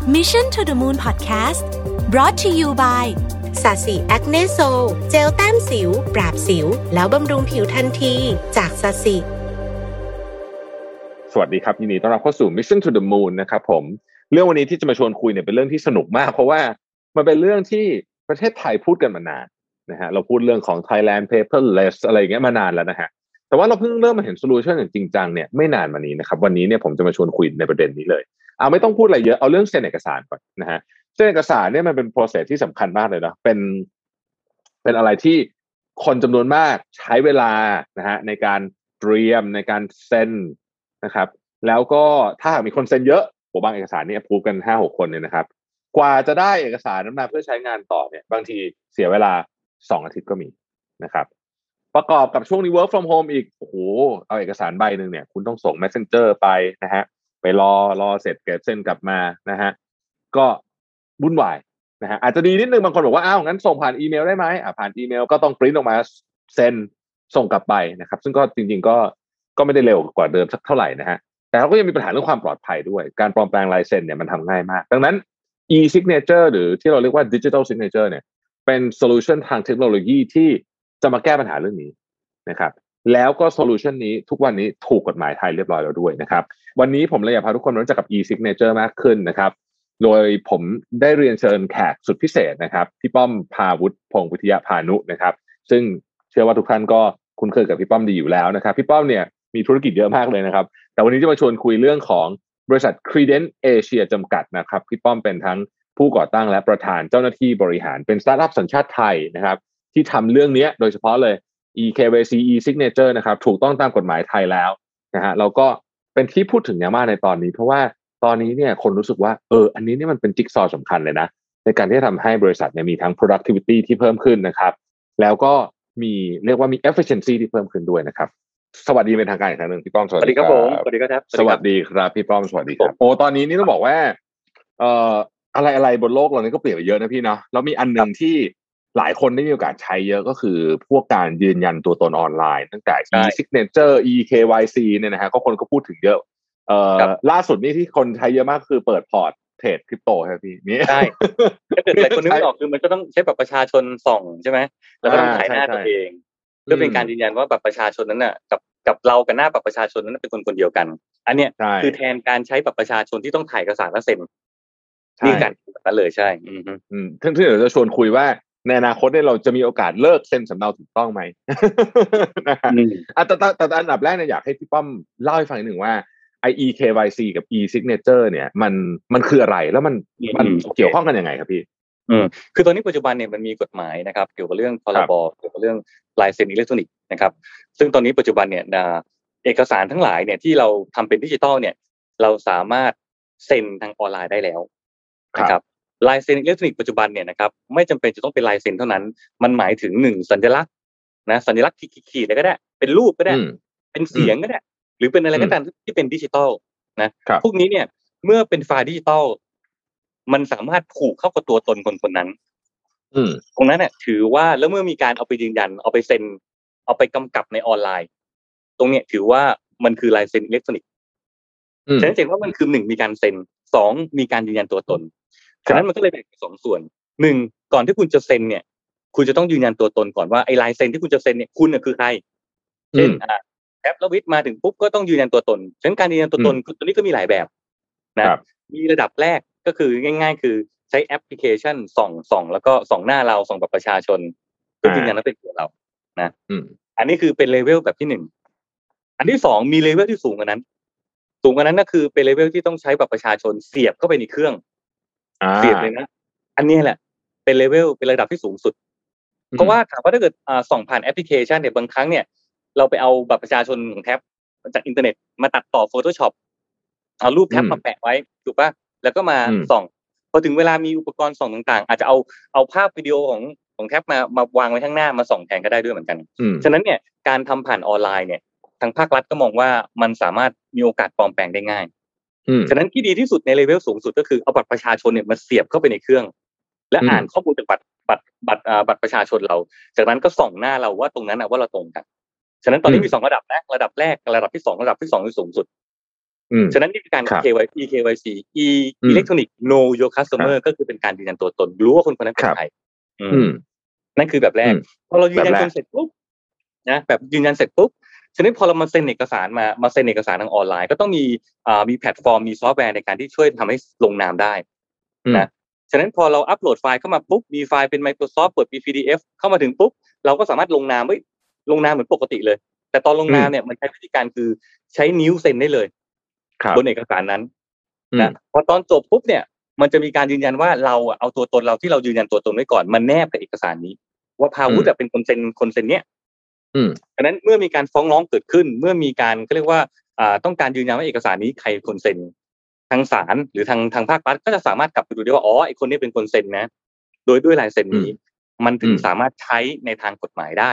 Mission to the Moon Podcast brought to you by สาสีแอคเนโซลเจลแต้มสิวปราบสิวแล้วบำรุงผิวทันทีจากสาสีสวัสดีครับยินดีต้อนรับเข้าสู่ Mission to the Moon นะครับผมเรื่องวันนี้ที่จะมาชวนคุยเนี่ยเป็นเรื่องที่สนุกมากเพราะว่ามันเป็นเรื่องที่ประเทศไทยพูดกันมานานนะฮะเราพูดเรื่องของ Thailand paperless อะไรอย่างเงี้ยมานานแล้วนะฮะแต่ว่าเราเพิ่งเริ่มมาเห็นโซลูชันอย่างจริงจังเนี่ยไม่นานมานี้นะครับวันนี้เนี่ยผมจะมาชวนคุยในประเด็นนี้เลยไม่ต้องพูดอะไรเยอะเอาเรื่องเซ็นเอกสารก่อนนะฮะเซ็นเอกสารเนี่ยมันเป็น process ที่สำคัญมากเลยนะเป็นอะไรที่คนจำนวนมากใช้เวลานะฮะในการเตรียมในการเซ็นนะครับแล้วก็ถ้าหากมีคนเซ็นเยอะบางเอกสารนี่ approve กัน 5-6 คนเนี่ยนะครับกว่าจะได้เอกสารนั้นมาเพื่อใช้งานต่อเนี่ยบางทีเสียเวลา2 อาทิตย์ก็มีนะครับประกอบกับช่วงนี้ work from home อีกโอ้โหเอาเอกสารใบหนึ่งเนี่ยคุณต้องส่ง messenger ไปนะฮะไปรอเสร็จเก็บเซ็นกลับมานะฮะก็วุ่นวายนะฮะอาจจะดีนิดนึงบางคนบอกว่างั้นส่งผ่านอีเมลได้ไหมผ่านอีเมลก็ต้องปริ้นออกมาเซ็นส่งกลับไปนะครับซึ่งก็จริงๆก็ไม่ได้เร็วกว่าเดิมสักเท่าไหร่นะฮะแต่เขาก็ยังมีปัญหาเรื่องความปลอดภัยด้วยการปลอมแปลงลายเซ็นเนี่ยมันทำง่ายมากดังนั้น e-signature หรือที่เราเรียกว่า digital signature เนี่ยเป็นโซลูชันทางเทคโนโลยีที่จะมาแก้ปัญหาเรื่องนี้นะครับแล้วก็โซลูชันนี้ทุกวันนี้ถูกกฎหมายไทยเรียบร้อยแล้วด้วยนะครับวันนี้ผมเลยอยากพาทุกคนรู้จักกับ e-signature มากขึ้นนะครับโดยผมได้เรียนเชิญแขกสุดพิเศษนะครับพี่ป้อมภาวุฒิพงษ์วิทยาพานุนะครับซึ่งเชื่อว่าทุกท่านก็คุ้นเคยกับพี่ป้อมดีอยู่แล้วนะครับพี่ป้อมเนี่ยมีธุรกิจเยอะมากเลยนะครับแต่วันนี้จะมาชวนคุยเรื่องของบริษัท Credence Asia จำกัดนะครับพี่ป้อมเป็นทั้งผู้ก่อตั้งและประธานเจ้าหน้าที่บริหารเป็นสตาร์ทอัพสัญชาติไทยนะครับที่ทำเรื่องนี้โดยเฉพาะเลย eKYC e-signature นะครับถูกต้องตามกฎหมายไทยแล้วนะฮะแล้วก็เป็นที่พูดถึงอย่างมากในตอนนี้เพราะว่าตอนนี้เนี่ยคนรู้สึกว่าอันนี้นี่มันเป็นจิ๊กซอว์สำคัญเลยนะในการที่จะทำให้บริษัทเนี่ยมีทั้ง productivity ที่เพิ่มขึ้นนะครับแล้วก็มีเรียกว่ามี efficiency ที่เพิ่มขึ้นด้วยนะครับสวัสดีเป็นทางการอีกครั้งหนึ่งพี่ป้อมสวัสดีครับผมสวัสดีครับสวัสดีครับพี่ป้อมสวัสดีครับตอนนี้นี่ต้องบอกว่าอะไรบนโลกเรานี่ก็เปลี่ยนไปเยอะนะพี่เนาะแล้วมีอันนึงที่หลายคนได้มีโอกาสใช้เยอะก็คือพวกการยืนยันตัวตนออนไลน์ตั้งแต่ e-signature eKYC เนี่ยนะฮะก็คนก็พูดถึงเยอะล่าสุดนี่ที่คนใช้เยอะมากคือเปิดพอร์ตเทรดคริปโตใช่พี่นี่ใช่ถ้าเกิดหลายคนนึกไม่ออกคือมันก็ต้องใช้บัตรประชาชนส่องใช่ไหมแล้วก็ต้องถ่ายหน้าตัวเองเพื่อเป็นการยืนยันว่าบัตรประชาชนนั้นน่ะกับเรากับหน้าบัตรประชาชนนั้นเป็นคนเดียวกันอันเนี้ยคือแทนการใช้บัตรประชาชนที่ต้องถ่ายเอกสารแล้วเซ็นนี่กันนั้นเลยใช่ซึ่งเดี๋ยวจะชวนคุยว่าในอนาคตเนี่ยเราจะมีโอกาสเลิกเซ็นสำเนาถูกต้องไหมแต่อันดับแรกเนี่ยอยากให้พี่ป้อมเล่าให้ฟังนิดหนึ่งว่าeKYC กับ e-signature เนี่ยมันคืออะไรแล้วมันเกี่ยวข้องกันยังไงครับพี่คือตอนนี้ปัจจุบันเนี่ยมันมีกฎหมายนะครับเกี่ยวกับเรื่องพรบเกี่ยวกับเรื่องลายเซ็นอิเล็กทรอนิกส์นะครับซึ่งตอนนี้ปัจจุบันเนี่ยเอกสารทั้งหลายเนี่ยที่เราทำเป็นดิจิทัลเนี่ยเราสามารถเซ็นทางออนไลน์ได้แล้วนะครับลายเซ็นอิเล็กทรอนิกส์ปัจจุบันเนี่ยนะครับไม่จำเป็นจะต้องเป็นลายเซ็นเท่านั้นมันหมายถึง1สัญลักษณ์นะสัญลักษณ์ขีดๆอะไรก็ได้เป็นรูปก็ได้เป็นเสียงก็ได้หรือเป็นอะไรก็ตามที่เป็นดิจิทัลนะพวกนี้เนี่ยเมื่อเป็นไฟล์ดิจิทัลมันสามารถผูกเข้ากับตัวตนคนนั้นตรงนั้นเนี่ยถือว่าแล้วเมื่อมีการเอาไปยืนยันเอาไปเซ็นเอาไปกำกับในออนไลน์ตรงเนี้ยถือว่ามันคือลายเซ็นอิเล็กทรอนิกส์ฉะนั้นเห็นว่ามันคือ1มีการเซ็น2มีการยืนยันตัวตนฉะนั้นมันก็เลยแบ่งเป็น2ส่วน1ก่อนที่คุณจะเซ็นเนี่ยคุณจะต้องยืนยันตัวตนก่อนว่าไอ้ลายเซ็นที่คุณจะเซ็นเนี่ยคุณคือใครเช่นแอปแล้ววิทมาถึงปุ๊บก็ต้องยืนยันตัวตนฉะนั้นการยืนยันตัวตนตัวนี้ก็มีหลายแบบนะมีระดับแรกก็คือง่ายๆคือใช้แอปพลิเคชันส่องแล้วก็ส่องหน้าเราส่องบัตรประชาชนเพื่อยืนยันว่าเป็นตัวเรานะอันนี้คือเป็นเลเวลแบบที่1อันที่2มีเลเวลที่สูงกว่านั้นก็คือเป็นเลเวลที่ต้องใช้บัตรประชาชนเสียบเข้าไปในเครื่องเสียบเลยนะอันนี้แหละเป็นเลเวลเป็นระดับที่สูงสุดเพราะว่าถามว่าถ้าเกิดส่องผ่านแอปพลิเคชันเนี่ยบางครั้งเนี่ยเราไปเอาบัตรประชาชนของแท็บจากอินเทอร์เน็ตมาตัดต่อ Photoshop เอารูปแท็บมาแปะไว้ถูกป่ะแล้วก็มาส่องพอถึงเวลามีอุปกรณ์ส่องต่างๆอาจจะเอาภาพวิดีโอของแท็บมาวางไว้ข้างหน้ามาส่องแทนก็ได้ด้วยเหมือนกันฉะนั้นเนี่ยการทำผ่านออนไลน์เนี่ยทางภาครัฐก็มองว่ามันสามารถมีโอกาสปลอมแปลงได้ง่ายฉะนั้นที่ดีที่สุดในเลเวลสูงสุดก็คือเอาบัตรประชาชนเนี่ยมาเสียบเข้าไปในเครื่องและอ่านข้อมูลจากบัตรประชาชนเราจากนั้นก็ส่องหน้าเราว่าตรงนั้นว่าเราตรงกันฉะนั้นตอนนี้มี2ระดับนะระดับแรกกับระดับที่2ระดับที่2ที่สูงสุดฉะนั้นนี่คือการ KYC Electronic Know Your Customer ก็คือเป็นการยืนยันตัวตนรู้ว่าคนคนนั้นเป็นใครนั่นคือแบบแรกพอเรายืนยันคนเสร็จปุ๊บนะแบบยืนยันเสร็จปุ๊บฉะนั้นพอเรามาเซ็นเอกสารมาเซ็นเอกสารทางออนไลน์ก็ต้องมีแพลตฟอร์มมีซอฟต์แวร์ในการที่ช่วยทำให้ลงนามได้นะฉะนั้นพอเราอัปโหลดไฟล์เข้ามาปุ๊บมีไฟล์เป็น Microsoft เปิด PDF เข้ามาถึงปุ๊บเราก็สามารถลงนามเหมือนปกติเลยแต่ตอนลงนามเนี่ยมันใช้วิธีการคือใช้นิ้วเซ็นได้เลยบนเอกสารนั้นนะพอตอนจบปุ๊บเนี่ยมันจะมีการยืนยันว่าเราเอาตัวตนเราที่เรายืนยันตัวตนไว้ก่อนมันแนบกับเอกสารนี้ว่าภาวุฒิเป็นคนเซ็นเนี้ยฉะนั้นเมื่อมีการฟ้องร้องเกิดขึ้นเมื่อมีการก็เรียกว่าต้องการยืนยันว่าเอกสารนี้ใครคนเซ็นทางศาลหรือทางภาครัฐก็จะสามารถกลับไปดูได้ว่าอ๋อไอ้คนนี้เป็นคนเซ็นนะโดยด้วยลายเซ็นนี้มันถึงสามารถใช้ในทางกฎหมายได้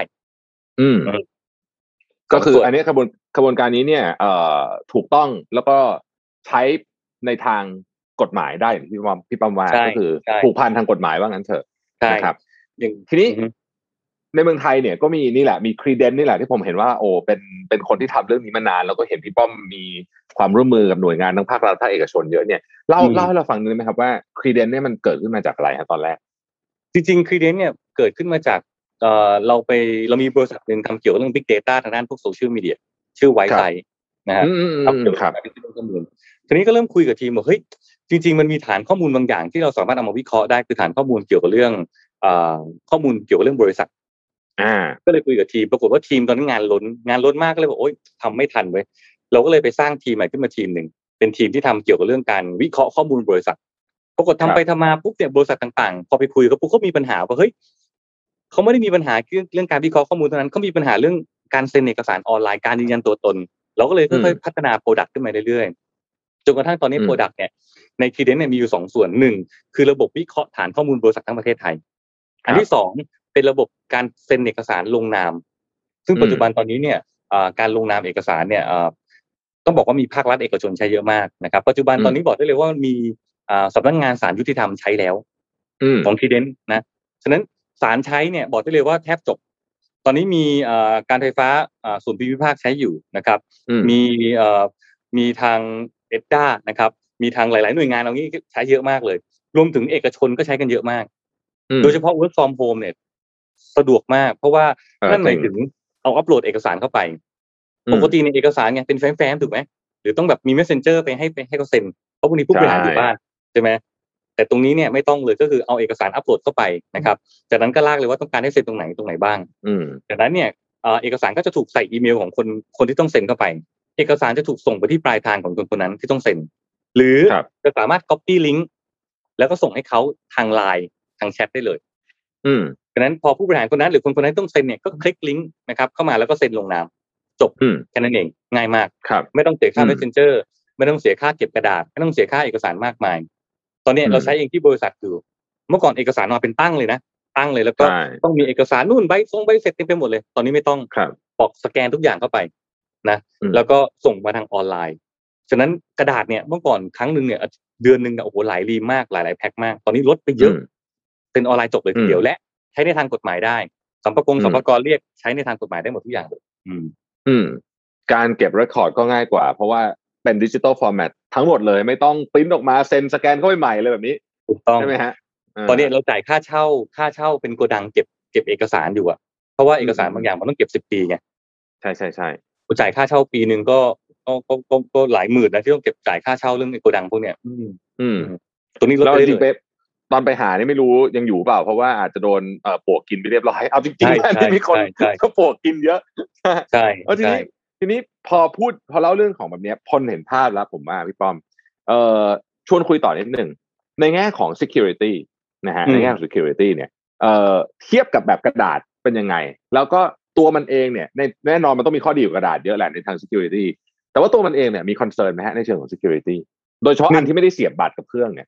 ก็คืออันนี้กระบวนการนี้เนี่ยถูกต้องแล้วก็ใช้ในทางกฎหมายได้อย่างที่พี่ปั๊มว่าก็คือผูกพันทางกฎหมายว่างั้นเถอะนะครับทีนี้ในเมืองไทยเนี่ยก็มีนี่แหละมีครีเดนนี่แหละที่ผมเห็นว่าโอ้เป็นคนที่ทำเรื่องนี้มานานแล้วก็เห็นพี่ป้อมมีความร่วมมือกับหน่วยงานทั้งภาครัฐภาคเอกชนเยอะเนี่ยเล่าให้เราฟังได้ไหมครับว่าครีเดนเนี่ยมันเกิดขึ้นมาจากอะไรครับตอนแรกจริงๆครีเดนเนี่ยเกิดขึ้นมาจากเรามีบริษัทนึงทำเกี่ยวกับเรื่อง Big Data ทางด้านพวกโซเชียลมีเดียชื่อไวไซนะฮะทำเกี่ยวกับการวิเคราะห์ข้อมูลทีนี้ก็เริ่มคุยกับทีมว่าเฮ้ยจริงๆมันมีฐานข้อมูลบางอย่างที่เราสามารถเอามาวิเคราะห์ได้คือฐานข้อมูลเกี่ยวกับเรื่องข้อมูลเกี่ยวกับเรื่องบริษัทก็เลยคุยกับทีมปรากฏว่าทีมตอนนั้นงานล้นมากก็เลยบอกโอ๊ยทำไม่ทันเว้ยเราก็เลยไปสร้างทีมใหม่ขึ้นมาทีมหนึ่งเป็นทีมที่ทำเกี่ยวกับเรื่องการวิเคราะห์ข้อมูลบริษัทปรากฏทำไปทำมาปุ๊บเนี่ยบริษัทต่างๆพอไปคุยกับปุ๊บเขามีปัญหาว่าเฮ้ยเขาไม่ได้มีปัญหาเรื่องการวิเคราะห์ข้อมูลเท่านั้นเขามีปัญหาเรื่องการเซ็นเอกสารออนไลน์การยืนยันตัวตนเราก็เลยค่อยๆพัฒนาโปรดักต์ขึ้นมาเรื่อยๆจนกระทั่งตอนนี้โปรดักต์เนี่ยในคีเดนเนี่ยมีอยู่2ส่วน1คือระบบวิเคราะห์ฐานข้อมูลบริษัททั้งประเทศไทยอันที่2เป็นระบบการเซ็นเอกสารลงนามซึ่งปัจจุบันตอนนี้เนี่ยการลงนามเอกสารเนี่ยต้องบอกว่ามีภาครัฐเอกชนใช้เยอะมากนะครับปัจจุบันตอนนี้บอกได้เลยว่ามีสำนักงานศาลยุติธรรมใช้แล้วของคีเดนนะฉะนั้นศาลใช้เนี่ยบอกได้เลยว่าแทบจบตอนนี้มีการไฟฟ้าส่วนภูมิภาคใช้อยู่นะครับมีทางเอ็ดด้านะครับมีทางหลายๆหน่วยงานเอางี้ใช้เยอะมากเลยรวมถึงเอกชนก็ใช้กันเยอะมากโดยเฉพาะ work from home เนี่ยสะดวกมากเพราะว่านั่นหมายถึงเอาอัปโหลดเอกสารเข้าไปปกติในเอกสารไงเป็นแฟ้มๆถูกไหมหรือต้องแบบมี messenger ไปให้เขาเซ็นเพราะพวกนี้ผู้บริหารอยู่บ้านใช่ไหมแต่ตรงนี้เนี่ยไม่ต้องเลยก็คือเอาเอกสารอัปโหลดเข้าไปนะครับจากนั้นก็ลากเลยว่าต้องการให้เซ็นตรงไหนบ้างจากนั้นเนี่ยเอกสารก็จะถูกใส่อีเมลของคนที่ต้องเซ็นเข้าไปเอกสารจะถูกส่งไปที่ปลายทางของคนนั้นที่ต้องเซ็นหรือจะสามารถ copy link แล้วก็ส่งให้เขาทาง LINE ทางแชทได้เลยฉะนั้นพอผู้บริหารคนนั้นหรือคนนั้นต้องเซ็นเนี่ยก็คลิกลิงก์นะครับเข้ามาแล้วก็เซ็นลงนามจบแค่นั้นเองง่ายมากไม่ต้องเสียค่า Messenger ไม่ต้องเสียค่าเก็บกระดาษไม่ต้องเสียค่าเอกสารมากมายตอนนี้เราใช้เองที่บริษัทอยู่เมื่อก่อนเอกสารมาเป็นตั้งเลยนะตั้งเลยแล้วก็ต้องมีเอกสารนู่นใบเสร็จเต็มไปหมดเลยตอนนี้ไม่ต้องบอกสแกนทุกอย่างเข้าไปนะแล้วก็ส่งมาทางออนไลน์ฉะนั้นกระดาษเนี่ยเมื่อก่อนครั้งนึงเนี่ยเดือนนึงโอ้โหหลายรีมากหลายแพ็คมากตอนนี้ลดไปเยอะเป็นออนไลน์จบเลยทีเดียวและใช้ในทางกฎหมายได้สัมภากรเรียกใช้ในทางกฎหมายได้หมดทุกอย่างเลยการเก็บเรคคอร์ดก็ง่ายกว่าเพราะว่าเป็นดิจิตอลฟอร์แมตทั้งหมดเลยไม่ต้องปริ้นออกมาเซ็นสแกนเข้าไปใหม่เลยแบบนี้ถูกต้องใช่ไหมฮะตอนนี้เราจ่ายค่าเช่าเป็นโกดังเก็บเอกสารอยู่อะเพราะว่าเอกสารบางอย่างมันต้องเก็บ10 ปีไงใช่จ่ายค่าเช่าปีนึงก็หลายหมื่นนะที่ต้องเก็บจ่ายค่าเช่าเรื่องโกดังพวกเนี้ยตัวนี้เราจริงๆตอนไปหานี่ไม่รู้ยังอยู่เปล่าเพราะว่าอาจจะโดนปลวกกินไปเรียบร้อยเอาจริงๆที่มีคนก็ปลวกกินเยอะใช่ทีนี้พอเล่าเรื่องของแบบนี้พอเห็นภาพแล้วผมว่าพี่ป้อมชวนคุยต่อนิดหนึ่งในแง่ของ security นะฮะในแง่ของ security เนี่ยเทียบกับแบบกระดาษเป็นยังไงแล้วก็ตัวมันเองเนี่ยแน่นอนมันต้องมีข้อดีกว่ากระดาษเยอะแหละในทาง security แต่ว่าตัวมันเองเนี่ยมี concern ไหมฮะในเชิงของ security โดยเฉพาะอันที่ไม่ได้เสียบบัตรกับเครื่องเนี่ย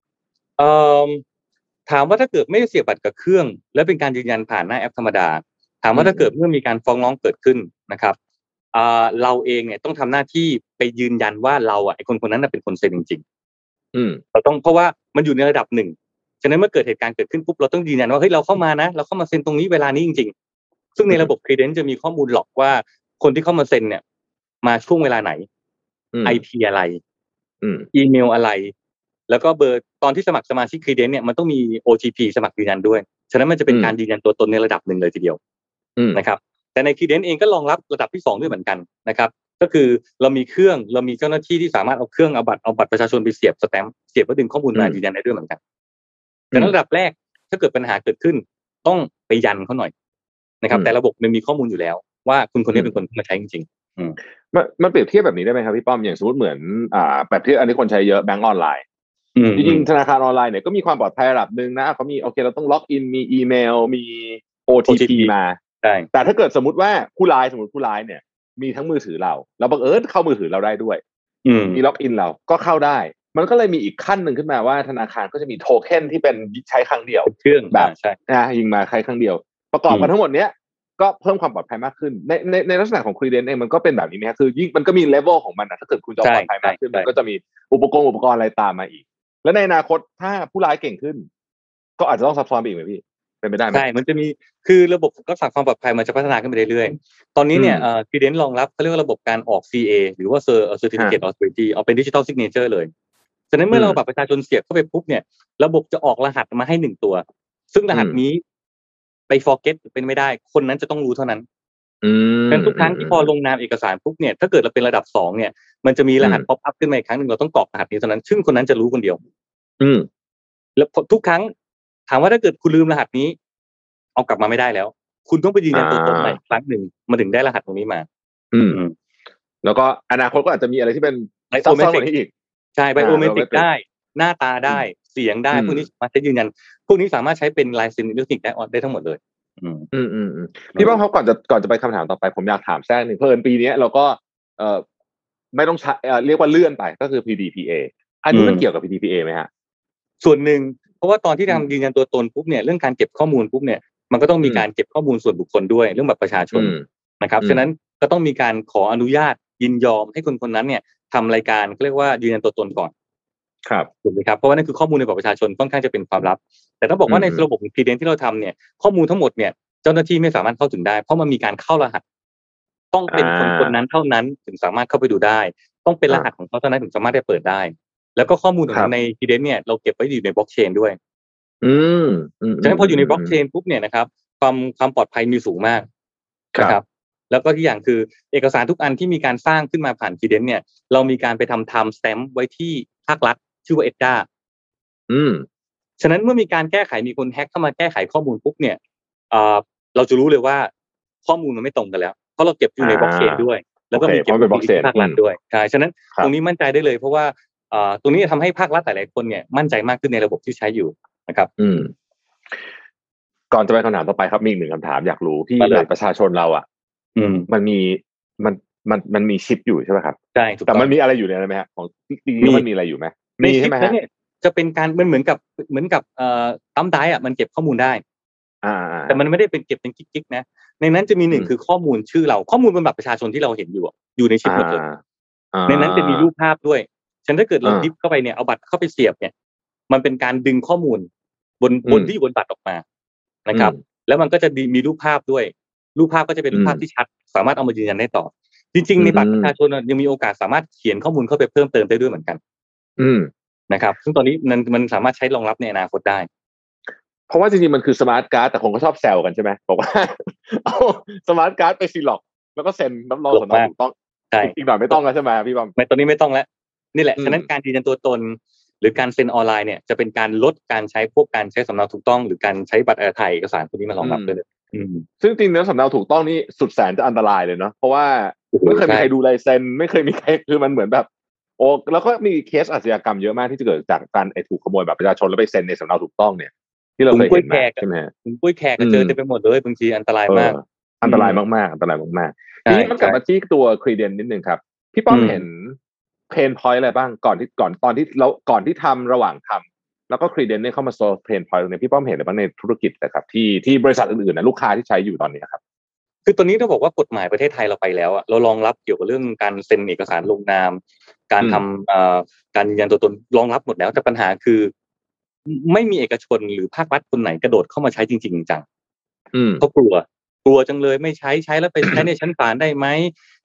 ถามว่าถ้าเกิดไม่ได้เสียบบัตรกับเครื่องและเป็นการยืนยันผ่านหน้าแอปธรรมดาถามว่าถ้าเกิดเมื่อมีการฟ้องร้องเกิดขึ้นนะครับเราเองเนี่ยต้องทำหน้าที่ไปยืนยันว่าเราไอ้คนนั้นเป็นคนเซ็นจริงๆเราต้องเพราะว่ามันอยู่ในระดับหนึ่งฉะนั้นเมื่อเกิดเหตุการณ์เกิดขึ้นปุ๊บเราต้องยืนยันว่าเฮ้ยเราเข้ามานะเราเข้ามาเซ็นตรงนี้เวลานี้จริงๆซึ่งในระบบ Credence จะมีข้อมูลหลอกว่าคนที่เข้ามาเซ็นเนี่ยมาช่วงเวลาไหน IP อะไรอืมอีเมลอะไรแล้วก็เบอร์ตอนที่สมัครสมาชิก Credence เนี่ยมันต้องมี OTP สมัครยืนยันด้วยฉะนั้นมันจะเป็นการยืนยันตัวตนในระดับหนึ่งเลยทีเดียวนะครับแต่ใน Credence เองก็รองรับระดับที่2ด้วยเหมือนกันนะครับก็คือเรามีเจ้าหน้าที่ที่สามารถเอาบัตรประชาชนไปเสียบสแตมป์เสียบแล้วดึงข้อมูลมายืนยันได้ด้วยเหมือนกันแต่ระดับแรกถ้าเกิดปัญหาเกิดขึ้นต้องไปยันเขาหน่อยนะครับแต่ระบบมันมีข้อมูลอยู่แล้วว่าคุณคนนี้เป็นคนที่มาใช้จริงๆมันเปรียบเทียบแบบนี้ได้ไหมครับพี่ป้อมอย่างสมมติเหมือนแบบที่อันนี้คนใช้เยอะแบงก์ออนไลน์จริงๆธนาคารออนไลน์เนี่ยก็มีความปลอดภัยระดับนึงนะเขามีโอเคเราต้องล็อกอินมีอีเมลมี OTP มาแต่ถ้าเกิดสมมติว่าผู้ร้ายเนี่ยมีทั้งมือถือเราแล้วบังเอิญเข้ามือถือเราได้ด้วยมีล็อกอินเราก็เข้าได้มันก็เลยมีอีกขั้นหนึ่งขึ้นมาว่าธนาคารก็จะมีโทเค็นที่เป็นใช้ครั้งเดียวเครื่องแบบยิงมาใช้ครั้งเดียวประกอบกันทั้งหมดเนี้ยก็เพิ่มความปลอดภัยมากขึ้นในลักษณะของ Credence เองมันก็เป็นแบบนี้ไหมครับคือยิ่งมันก็มีเลเวลของมันนะถ้าเกิดคุณจะปลอดภัยมากขึ้นมันก็จะมีอุปกรณ์อะไรตามมาอีกแล้วในอนาคตถ้าผู้ร้ายเก่งขึ้นก็อาจจะต้องซับซ้อนไปอีกไหมพี่เป็นไปได้ไหมใช่มันจะมีคือระบบรักษาความปลอดภัยมันจะพัฒนาขึ้นไปเรื่อยๆตอนนี้เนี่ยCredence รองรับเขาเรียกว่าระบบการออก CA หรือว่า Certificate of Security เอาเป็น Digital Signature เลยฉะนั้นเมื่อเราบัตรประชาชนเสียบเข้าไปปุ๊บเนี่ยระบบจะออกรหัสมาให้1ตัวซึ่งรหัสนี้ไป forget เป็นไม่ได้คนนั้นจะต้องรู้เท่านั้นงั้นทุกครั้งที่พอลงนามเอกสารปุ๊บเนี่ยถ้าเกิดเราเป็นระดับ2เนี่ยมันจะมีรหัส pop up ขึ้นมาอีกครั้งนึงเราต้องกรอกรหัสนี้เท่านั้นซึ่งคนนั้นจะรู้คนเดียวแล้วทุกครั้งถามว่าถ้าเกิดคุณลืมรหัสนี้เอากลับมาไม่ได้แล้วคุณต้องไปยืนยันตัวตนใหม่ครั้งนึงมาถึงได้รหัสตรงนี้มาแล้วก็อนาคตก็อาจจะมีอะไรที่เป็นซับซ้อนกว่านี้อีกใช่ไบโอเมตริกได้หน้าตาได้เสียงได้พวกนี้สามารถใช้ยืนยันพวกนี้สามารถใช้เป็นลายเซ็นอิเล็กทรอนิกส์ได้ทั้งหมดเลยพี่ป้อมครับก่อนจะไปคำถามต่อไปผมอยากถามแทรกหนึ่งเพิ่มปีนี้เราก็ไม่ต้องใช้เรียกว่าเลื่อนไปก็คือ PDPA อันนี้มันเกี่ยวกับ PDPA ไหมฮะส่วนหนึ่งเพราะว่าตอนที่ทำยืนยันตัวตนปุ๊บเนี่ยเรื่องการเก็บข้อมูลปุ๊บเนี่ยมันก็ต้องมีการเก็บข้อมูลส่วนบุคคลด้วยเรื่องบัตรประชาชนนะครับฉะนั้นก็ต้องมีการขออนุญาตยินยอมให้คนนั้นเนี่ยทำรายการเรียกว่ายืนยันตัวตนก่อนครับถูกไหมครับเพราะว่านั่นคือข้อมูลในบัตรประชาชนค่อนข้างจะเป็นความลับแต่ต้องบอกว่าในระบบ Credence ที่เราทำเนี่ยข้อมูลทั้งหมดเนี่ยเจ้าหน้าที่ไม่สามารถเข้าถึงได้เพราะมันมีการเข้ารหัสต้องเป็นคนนั้นเท่านั้นถึงสามารถเข้าไปดูได้ต้องเป็นรหัสของเขาเท่านั้นถึงสามารถได้เปิดได้แล้วก็ข้อมูลของใน Credence เนี่ยเราเก็บไว้อยู่ในบล็อกเชนด้วยฉะนั้นพออยู่ในบล็อกเชนปุ๊บเนี่ยนะครับความปลอดภัยมีสูงมากนะครับแล้วก็ที่อย่างคือเอกสารทุกอันที่มีการสร้างขึ้นมาผ่าน Credence เนี่ยเรามีการไปทำ time stamp ไว้ที่ภาครัฐชื่อว่า EDGAR ฉะนั้นเมื่อมีการแก้ไขมีคนแฮ็กเข้ามาแก้ไขข้อมูลปุ๊บเนี่ยเราจะรู้เลยว่าข้อมูลมันไม่ตรงกันแล้วเพราะเราเก็บอยู่ในบล็อกเชนด้วยแล้วก็มีเก็บไว้ในภาครัฐด้วยใช่ฉะนั้นตรงนี้มั่นใจได้เลยเพราะว่าตรงนี้จะทำให้ภาครัฐหลายๆคนเนี่ยมั่นใจมากขึ้นในระบบที่ใช้อยู่นะครับก่อนจะไปคำถามต่อไปครับมีอีกหนึ่งคำถามอยากรู้ที่บัตรประชาชนเราอ่ะมันมีชิปอยู่ใช่ไหมครับใช่แต่มันมีอะไรอยู่ในนั้นไหมฮะของจริงๆมันมีอะไรอยู่ไหมมีใช่ไหมฮะจะเป็นการมันเหมือนกับตั้มได้อ่ะมันเก็บข้อมูลได้แต่มันไม่ได้เป็นเก็บเป็นกิ๊กๆนะในนั้นจะมี1คือข้อมูลชื่อเราข้อมูลบนบัตรประชาชนที่เราเห็นอยู่ในชิปหมดเลยในนั้นจะมีรูปภาพด้วยฉะนั้นถ้าเกิดเราดิฟเข้าไปเนี่ยเอาบัตรเข้าไปเสียบเนี่ยมันเป็นการดึงข้อมูลบนที่อยู่บนบัตรออกมานะครับแล้วมันก็จะมีรูปภาพด้วยรูปภาพก็จะเป็นรูปภาพที่ชัดสามารถเอามายืนยันได้ต่อจริงๆในบัตรประชาชนยังมีโอกาสสามารถเขียนข้อมูลเข้าไปเพิ่มเติมได้ด้วยเหมือนกันนะครับซึ่งตอนนี้มันสามารถใช้รองรับในอนาคตได้เพราะว่าจริงๆมันคือสมาร์ทการ์ดแต่คนก็ชอบแซวกันใช่ไหมบอกว่าเอาสมาร์ทการ์ดไปซีล็อกแล้วก็เซ็นรับรองสำเนาถูกต้องอีกหน่อยไม่ต้องแล้วใช่ไหมพี่บอมไม่ตอนนี้ไม่ต้องแล้วนี่แหละฉะนั้นการยืนยันตัวตนหรือการเซ็นออนไลน์เนี่ยจะเป็นการลดการใช้พวกการใช้สำเนาถูกต้องหรือการใช้บัตรถ่ายเอกสารพวกนี้มารองรับด้วยซึ่งจริงๆแล้วสำเนาถูกต้องนี่สุดแสนจะอันตรายเลยเนาะเพราะว่าไม่เคยมีใครดูลายเซ็นไม่เคยมีใครคือมันเหมือนแบบโอ้แล้วก็มีเคสอาชญากรรมเยอะมากที่จะเกิดจากการถูกขโมยบัตรประชาชนแล้วไปเซ็นในสำเนาถูกต้องเนี่ยที่เราเคยเห็นมาใช่ไหมคุณปุ้ยแขกเจอเต็มไปหมดเลยบางทีอันตรายมากอันตรายมากๆอันตรายมากๆทีนี้มันกลับมาที่ตัว Credence นิดนึงครับพี่ป้อมเห็นเพนพอยต์อะไรบ้างก่อนที่ทำระหว่างทำแล้วก็ Credence เนี่ยเข้ามา solve pain point ตรงนี้พี่ป้อมเห็นอะไรบ้างในธุรกิจนะครับที่บริษัทอื่นๆนะลูกค้าที่ใช้อยู่ตอนนี้ครับคือตอนนี้ต้องบอกว่ากฎหมายประเทศไทยเราไปแล้วอ่ะเรารองรับเกี่ยวกับเรื่องการเซ็นเอกสารลงนามการทำการยืนยันตัวตนรองรับหมดแล้วแต่ปัญหาคือไม่มีเอกชนหรือภาครัฐคนไหนกระโดดเข้ามาใช้จริงๆจังเขากลัวจังเลยไม่ใช้แล้วไปใช้ในชั้นศาลได้ไหม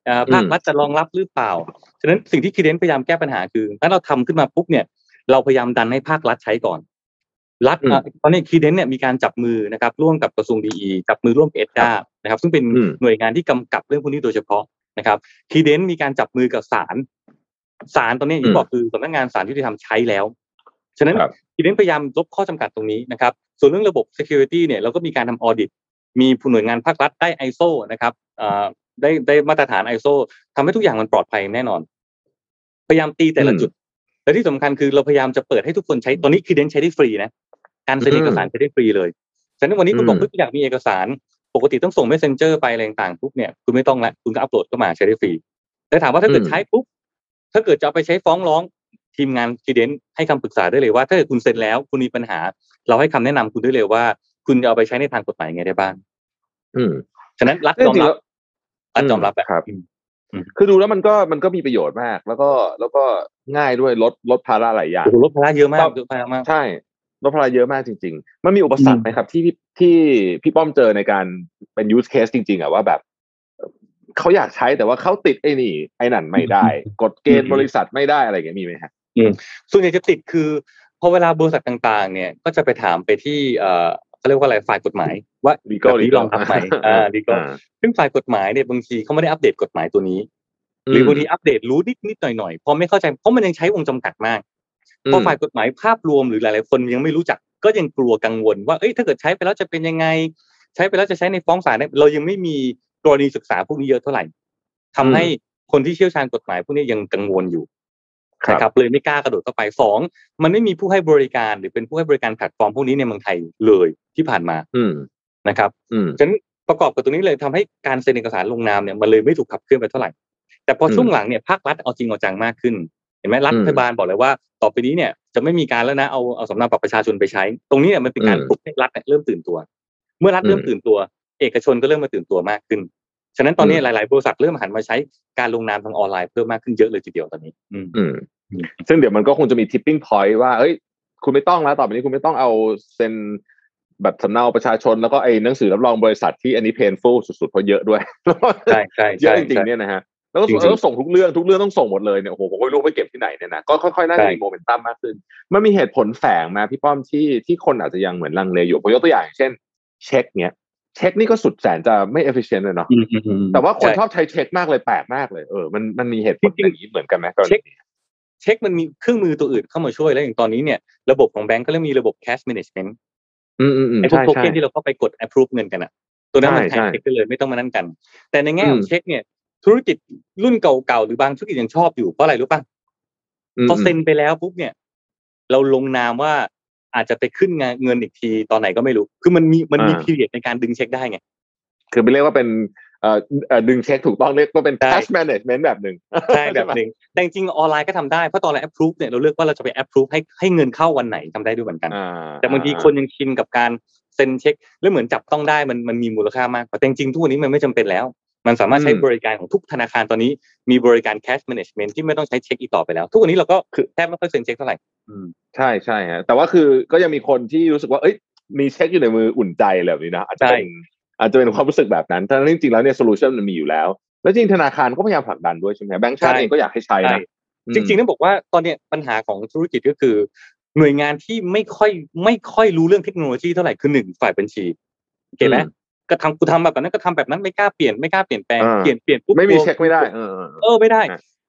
ภาครัฐจะรองรับหรือเปล่าฉะนั้นสิ่งที่ Cadence พยายามแก้ปัญหาคือถ้าเราทำขึ้นมาปุ๊บเนี่ยเราพยายามดันให้ภาครัฐใช้ก่อนรัฐตอนนี้ Cadence เนี่ยมีการจับมือนะครับร่วมกับกระทรวงดีจับมือร่วมกับ EDDA นะครับซึ่งเป็นหน่วยงานที่กำกับเรื่องพวกนี้โดยเฉพาะนะครับ Cadence มีการจับมือกับศาลตอนนี้ที่บอกคือสำนักงานศาลยุติธรรมใช้แล้วฉะนั้น Cadence พยายามลดข้อจำกัดตรงนี้นะครับส่วนเรื่องระบบ security เนี่ยเราก็มีการทำ audit มีหน่วยงานภาครัฐได้ ISO นะครับได้มาตรฐาน ISO ทำให้ทุกอย่างมันปลอดภัยแน่นอนพยายามตีแต่ละจุดและที่สำคัญคือเราพยายามจะเปิดให้ทุกคนใช้ตอนนี้ Cadence ใช้ได้ฟรีนะการเซ็นเอกสารใช้ได้ฟรีเลยฉะนั้นวันนี้คุณบอกคุณอยากมีเอกสารปกติต้องส่ง Messenger ไปอะไรต่างๆปุ๊บเนี่ยคุณไม่ต้องละคุณก็อัปโหลดเข้ามาใช้ได้ฟรีแต่ถามว่าถ้าเกิดใช้ปุ๊บถ้าเกิดจะเอาไปใช้ฟ้องร้องทีมงาน Cadence ให้คำปรึกษาได้เลยว่าถ้าเกิดคุณเซ็นแล้วคุณมีปัญหาเราให้คำแนะนำคุณได้เลยว่าคุณจะเอาไปใช้ในทางกฎหมายไงได้บ้างฉะนั้นรัฐยอมรับแบบคือดูแล้วมันก็มีประโยชน์มากแล้วก็ง่ายด้วยลดภาระหลายอย่างลดภาระเยอะมากใช่ลดภาระเยอะมากจริงๆมันมีอุปสรรคไหมครับที่พี่ป้อมเจอในการเป็น use case จริงๆอ่ะว่าแบบเขาอยากใช้แต่ว่าเขาติดไอ้นั่นไม่ได้กฎเกณฑ์บริษัทไม่ได้อะไรอย่างเงี้ยมีไหมฮะส่วนใหญ่จะติดคือพอเวลาบริษัทต่างๆเนี่ยก็จะไปถามไปที่เขาเรียกว่าอะไรฝ่ายกฎหมายว่าแบบนี้ลองทำไหมlegal ซึ่งฝ่ายกฎหมายเนี่ยบางทีเขาไม่ได้อัปเดตกฎหมายตัวนี้หรือบางทีอัปเดตรู้นิดหน่อยพอไม่เข้าใจเพราะมันยังใช้วงจำกัดมากพอฝ่ายกฎหมายภาพรวมหรือหลายๆคนยังไม่รู้จักก็ยังกลัวกังวลว่าถ้าเกิดใช้ไปแล้วจะเป็นยังไงใช้ไปแล้วจะใช้ในฟ้องศาลเรายังไม่มีกรณีศึกษาพวกนี้เยอะเท่าไหร่ทำให้คนที่เชี่ยวชาญกฎหมายพวกนี้ยังกังวลอยู่นะครับเลยไม่กล้ากระโดดเข้าไป2มันไม่มีผู้ให้บริการหรือเป็นผู้ให้บริการแพลตฟอร์มพวกนี้ในเมืองไทยเลยที่ผ่านมานะครับฉะนั้นประกอบกับตรงนี้เลยทำให้การเซ็นเอกสารลงนามเนี่ยมันเลยไม่ถูกขับเคลื่อนไปเท่าไหร่แต่พอช่วงหลังเนี่ยภาครัฐเอาจริงเอาจังมากขึ้นเห็นไหมรัฐบาลบอกเลยว่าต่อไปนี้เนี่ยจะไม่มีการแล้วนะเอาสำเนาบัตรประชาชนไปใช้ตรงนี้เนี่ยมันเป็นการปลุกให้รัฐเริ่มตื่นตัวเมื่อรัฐเริ่มตื่นตัวเอกชนก็เริ่มมาตื่นตัวมากขึ้นฉะนั้นตอนนี้หลายๆบริษัทเริ่มหันมาใช้การลงนามทางออนไลน์เพิ่มมากขึ้นเยอะเลยทีเดียวตอนนี้ซึ่งเดี๋ยวมันก็คงจะมี tipping point ว่าคุณไม่ต้องแล้วต่อไปนี้คุณไม่ต้องเอาเซ็นบัตรสำเนาประชาชนแล้วก็ไอ้หนังสือรับรองบริษัทที่อันนี้ painful สุดๆเพราะเยอะด้วยใช่เยอะจริงๆเนี่ยนะฮะแล้วก็ต้องส่งทุกเรื่องต้องส่งหมดเลยเนี่ยโอ้โหผมไม่รู้ไปเก็บที่ไหนเนี่ยนะก็ค่อยๆน่าจะมีโมเมนตัมมากขึ้นมันมีเหตุผลแฝงมาพี่ป้อมที่คนอาจจะยังเหมือนลังเลอยู่ผมยกตัวอย่างเช่นเช็คนี่ก็สุดแสนจะไม่ efficient เลยเนาะแต่ว่าคนชอบใช้เช็คมากเลยแปลกมากเลยมันมีเหตุผลอย่างนี้เหมือนกันไหมเช็คมันมีเครื่องมือตัวอื่นเข้ามาช่วยแล้วอย่างตอนนี้เนี่ยระบบของแบงก์ก็เริ่มมีระบบ cash management ไอ้พวกโทเค็นที่เราเข้าไปกด approve เงินกันอ่ะตัวนั้นมันแทนเช็คได้เลยไม่ต้องมานั่นกันแต่ในแง่ของเช็คเนี่ยธุรกิจรุ่นเก่าๆหรือบางธุรกิจยังชอบอยู่เพราะอะไรรู้ป่ะพอเซ็นไปแล้วปุ๊บเนี่ยเราลงนามว่าอาจจะไปขึ้นเงินอีกทีตอนไหนก็ไม่รู้คือมันมี period ในการดึงเช็คได้ไงคือไม่เรียกว่าเป็นดึงเช็คถูกต้องเรียกว่าเป็น cash management แบบนึงใช่แบบนึงแต่จริงๆออนไลน์ก็ทำได้เพราะตอนเรา approve เนี่ยเราเลือกว่าเราจะไป approve ให้เงินเข้าวันไหนทำได้ด้วยเหมือนกันแต่บางทีคนยังชินกับการเซ็นเช็คแล้วเหมือนจับต้องได้มันมีมูลค่ามากแต่จริงๆทุกวันนี้มันไม่จำเป็นแล้วมันสามารถใช้บริการของทุกธนาคารตอนนี้มีบริการ cash management ที่ไม่ต้องใช้เช็คอีกต่อไปแล้วทุกวันนี้เราก็คือแทบไม่ค่อยเซ็นเช็คเท่าไหร่ใช่ฮะแต่ว่าคือก็ยังมีคนที่รู้สึกว่ามีเช็คอยู่ในมืออุ่นใจแบบนี้นะอาจจะเป็นความรู้สึกแบบนั้นแต่จริงๆแล้วเนี่ยโซลูชันมันมีอยู่แล้วแล้วจริงธนาคารก็พยายามผลักดันด้วยใช่ไหมแบงก์ชาติเองก็อยากให้ใช้นะจริงๆต้องบอกว่าตอนนี้ปัญหาของธุรกิจก็คือหน่วยงานที่ไม่ค่อยรู้เรื่องเทคโนโลยีเท่าไหร่คือ1ฝ่ายบัญชีโอเคไหมก็ทำแบบนั้นก็ทำแบบนั้นไม่กล้าเปลี่ยนแปลงเปลี่ยนปุ๊บไม่มีเช็คไม่ได้ไม่ได้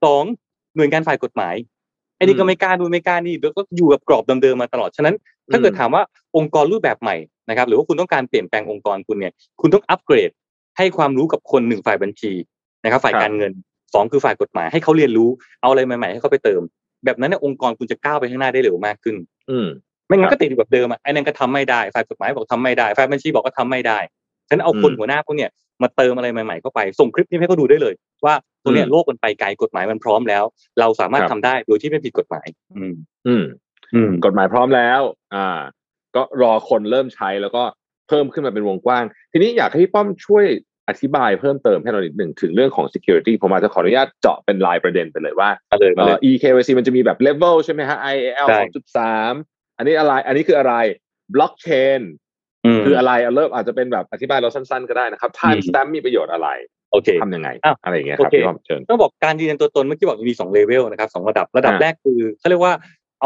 2หน่วยงานฝ่ายกฎหมายไอ้นี่ก็ไม่กล้าดูไม่กล้านี่แล้วก็อยู่กับกรอบเดิมๆมาตลอดฉะนั้นถ้าเกิดถามว่าองค์กรรูปแบบใหม่นะครับหรือว่าคุณต้องการเปลี่ยนแปลงองค์กรคุณเนี่ยคุณต้องอัปเกรดให้ความรู้กับคน1ฝ่ายบัญชีนะครับฝ่ายการเงิน2คือฝ่ายกฎหมายให้เขาเรียนรู้เอาอะไรใหม่ๆให้เขาไปเติมแบบนั้นเนี่ยองค์กรคุณจะก้าวไปข้างหน้าได้เร็วมากขึ้นไม่งั้นก็ติดอยู่แบบเดิมไอ้นั่นก็ทำไม่ได้ฝ่ายกฎหมายบอกทำไม่ได้ฝ่ายบัญชีบอกก็ทำไม่ได้ฉะนั้นเอาคนหัวหน้าพวกเนี่ยมาเติมอะไรใหม่ๆเข้าไปส่งคลิปนี้ให้เขาดูได้เลยว่าตัวเนี้ยโลกมันไปไกลกฎหมายมันพร้อมแล้วเราสามารถทำได้โดยที่ไม่ผิดกฎหมายกฎหมายพร้อมแล้วก็รอคนเริ่มใช้แล้วก็เพิ่มขึ้นมาเป็นวงกว้างทีนี้อยากให้พี่ป้อมช่วยอธิบายเพิ่มเติมให้เรานิดหนึ่งถึงเรื่องของ security ผมอาจจะขออนุญาตเจาะเป็นรายประเด็นไปเลยว่าEKYC มันจะมีแบบ level ใช่ไหมฮะ IAL 2.3 อันนี้อะไรอันนี้คืออะไร blockchain คืออะไรเริ่มอาจจะเป็นแบบอธิบายเราสั้นๆก็ได้นะครับ time stamp มีประโยชน์อะไรโอเคทำยังไงอะไรอย่างเงี้ยคโอรับเคพี่ป้อมเชิญต้องบอกการยืนยันตัวตนเมื่อกี้บอกมี2เลเวลนะครับ2ระดับแรกคือเขาเรียกว่าเอา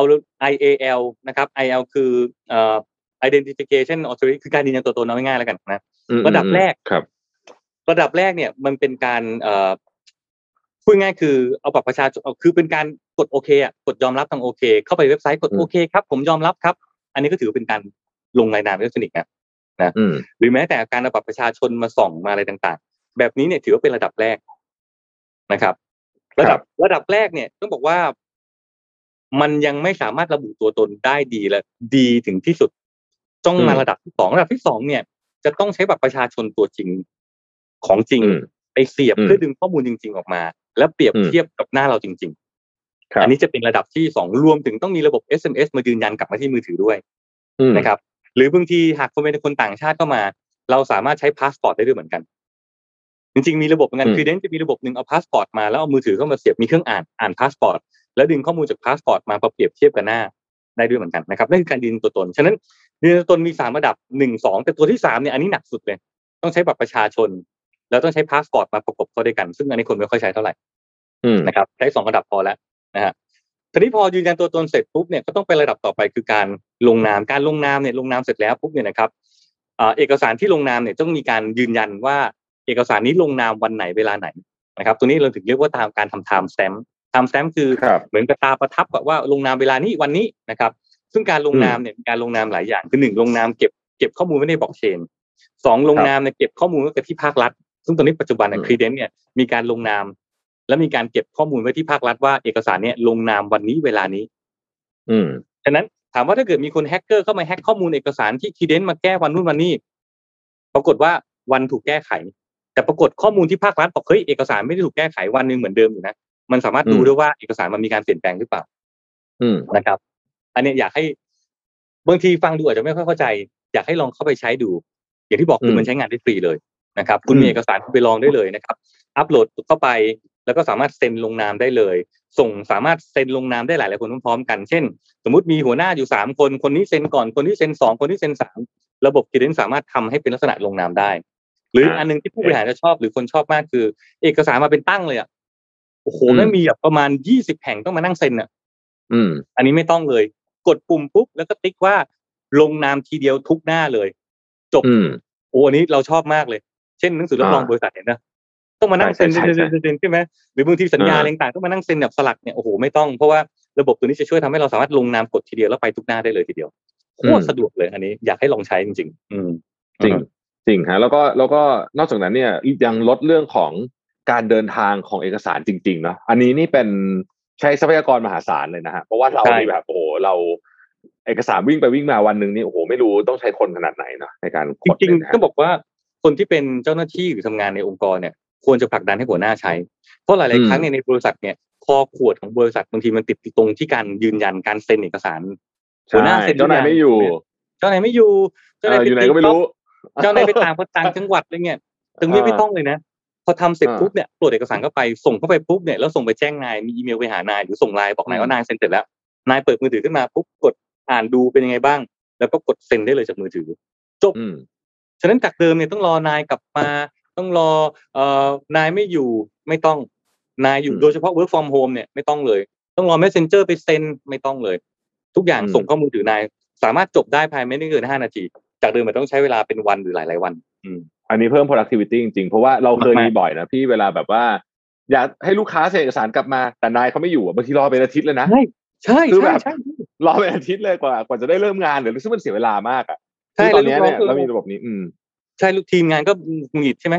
IAL นะครับ IL คือIdentification Authority คือการยืนยันตัวตนเอาง่ายๆแล้วกันนะระดับแรกเนี่ยมันเป็นการพูดง่ายคือเอาบัตรประชาชนคือเป็นการกดโอเคกดยอมรับทางโอเคเข้าไปเว็บไซต์กดโอเคครับผมยอมรับครับอันนี้ก็ถือเป็นการลงรายนามอิเล็กทรอนิกส์นะหรือแม้แต่การเอาบัตรประชาชนมาส่องมาอะไรต่างๆแบบนี้เนี่ยถือว่าเป็นระดับแรกนะครับระดับแรกเนี่ยต้องบอกว่ามันยังไม่สามารถระบุตัวตนได้ดีและดีถึงที่สุดต้องมาระดับที่2ระดับที่2เนี่ยจะต้องใช้บัตรประชาชนตัวจริงของจริงไปเสียบเพื่อดึงข้อมูลจริงๆออกมาแล้วเปรียบเทียบกับหน้าเราจริงๆอันนี้จะเป็นระดับที่2รวมถึงต้องมีระบบ SMS มายืนยันกลับมาที่มือถือด้วยนะครับหรือบางทีหากคนเป็นคนต่างชาติเข้ามาเราสามารถใช้พาสปอร์ตได้ด้วยเหมือนกันจริงๆมีระบบเหมือนกันคือเดนจะมีระบบนึงเอาพาสปอร์ตมาแล้วเอามือถือเข้ามาเสียบมีเครื่องอ่านพาสปอร์ตแล้วดึงข้อมูลจากพาสปอร์ตมาเปรียบเทียบกับหน้าได้ด้วยเหมือนกันนะครับนั่นคือการยืนตัวตนฉะนั้นยืนตัวตนมี3ระดับ1 2แต่ตัวที่3เนี่ยอันนี้หนักสุดเลยต้องใช้บัตรประชาชนแล้วต้องใช้พาสปอร์ตมาประกบเข้าด้วยกันซึ่งอันนี้คนไม่ค่อยใช้เท่าไหร่นะครับใช้2ระดับพอแล้วนะฮะทีนี้พอยืนยันตัวตนเสร็จปุ๊บเนี่ยก็ต้องไประดับต่อไปคือการลงนามการลงนามเนี่ยลงนามเสร็จแล้วปุ๊บเนี่ยนะครับเอกสารที่ลงนามเนี่ยต้องมีการยืนยันว่าเอกสารนี้ลงนามวันไหนเวลาไหนนะครับตัวนี้เราถึงเรียกว่าการทำ time stamp คือเหมือนกับตาประทับว่าลงนามเวลานี้วันนี้นะครับซึ่งการลงนามเนี่ยมีการลงนามหลายอย่างคือ1ลงนามเก็บข้อมูลไว้ในบล็อกเชน2ลงนามเนี่ยเก็บข้อมูลไว้กับที่ภาครัฐซึ่งตอนนี้ปัจจุบันเนี่ยCredenceเนี่ยมีการลงนามและมีการเก็บข้อมูลไว้ที่ภาครัฐว่าเอกสารเนี่ยลงนามวันนี้เวลานี้ฉะนั้นถามว่าถ้าเกิดมีคนแฮกเกอร์เข้ามาแฮกข้อมูลเอกสารที่Credenceมาแก้วันนู้นวันนี้ปรากฏว่าวันถูกแก้ไขแต่ปรากฏข้อมูลที่ภาครัฐบอกเฮ้ยเอกสารไม่ได้ถูกแก้ไขวันนึงเหมือนเดิมอยู่นะมันสามารถดูได้ว่าเอกสารมันมีการเปลี่ยนแปลงหรือเปล่านะครับอันนี้อยากให้บางทีฟังดูอาจจะไม่ค่อยเข้าใจอยากให้ลองเข้าไปใช้ดูอย่างที่บอกคือมันใช้งานได้ฟรีเลยนะครับคุณมีเอกสารไปลองได้เลยนะครับอัปโหลดเข้าไปแล้วก็สามารถเซ็นลงนามได้เลยสามารถเซ็นลงนามได้หลายคนพร้อมๆกันเช่นสมมุติมีหัวหน้าอยู่3คนคนนี้เซ็นก่อนคนนี้เซ็น2คนนี้เซ็น3ระบบCredenceสามารถทำให้เป็นลักษณะลงนามได้หรืออันนึงที่ผู้บริหารจะชอบหรือคนชอบมากคือเอกสารมาเป็นตั้งเลยโอ้โหไม่มีแบบประมาณ20แห่งต้องมานั่งเซ็นอันนี้ไม่ต้องเลยกดปุ่มปุ๊บแล้วก็ติ๊กว่าลงนามทีเดียวทุกหน้าเลยจบโอ้อันนี้เราชอบมากเลยเช่นหนังสือรับรองบริษัทเห็นนะต้องมานั่งเซ็นใช่ไหมหรือบางทีสัญญาอะไรต่างๆต้องมานั่งเซ็นแบบสลักเนี่ยโอ้โหไม่ต้องเพราะว่าระบบตัวนี้จะช่วยทำให้เราสามารถลงนามกดทีเดียวแล้วไปทุกหน้าได้เลยทีเดียวโคตรสะดวกเลยอันนี้อยากให้ลองใช้จริงๆจริงฮะแล้วก็นอกจากนั้นเนี่ยยังลดเรื่องของการเดินทางของเอกสารจริงๆเนาะอันนี้นี่เป็นใช้ทรัพยากรมหาศาลเลยนะฮะเพราะว่าเรานี่แบบโอ้โหเราเอกสารวิ่งไปวิ่งมาวันนึงนี่โอ้โหไม่รู้ต้องใช้คนขนาดไหนเนาะในการจริงๆก็บอกว่าคนที่เป็นเจ้าหน้าที่หรือทำงานในองค์กรเนี่ยควรจะผลักดันให้หัวหน้าใช้เพราะหลายๆครั้งในบริษัทเนี่ยคอขวดของบริษัทบางทีมันติดตรงที่การยืนยันการเซ็นเอกสารหัวหน้าเซ็นเจ้านายไม่อยู่เจ้านายอยู่ไหนก็ไม่รู้เจ้านายไปต่างจังหวัดอะไรเงี้ยถึงไม่ต้องเลยนะพอทำเสร็จปุ๊บเนี่ยโหลดเอกสารเข้าไปส่งเข้าไปปุ๊บเนี่ยแล้วส่งไปแจ้งนายมีอีเมลไปหานายหรือส่งไลน์บอกนายว่านายเซ็นเสร็จแล้วนายเปิดมือถือขึ้นมาปุ๊บกดอ่านดูเป็นยังไงบ้างแล้วก็กดเซ็นได้เลยจากมือถือจบฉะนั้นจากเดิมเนี่ยต้องรอนายกลับมาต้องรอนายไม่อยู่ไม่ต้องนายอยู่โดยเฉพาะ work from home เนี่ยไม่ต้องเลยต้องรอ Messenger ไปเซ็นไม่ต้องเลยทุกอย่างส่งเข้ามือถือนายสามารถจบได้ภายไม่เกิน5นาทีจากเดิมมันต้องใช้เวลาเป็นวันหรือหลายๆวันอันนี้เพิ่ม productivity จริงๆเพราะว่าเราเคยมีบ่อยนะพี่เวลาแบบว่าอยากให้ลูกค้าเซ็นเอกสารกลับมาแต่นายเขาไม่อยู่บางทีรอเป็นอาทิตย์เลยนะใช่คือแบบรอเป็นอาทิตย์เลยกว่าจะได้เริ่มงานหรือซึ่งมันเสียเวลามากใช่ตอนนี้เนี่ยเรามีระบบนี้ใช่ลูกทีมงานก็หงุดหงิดใช่ไหม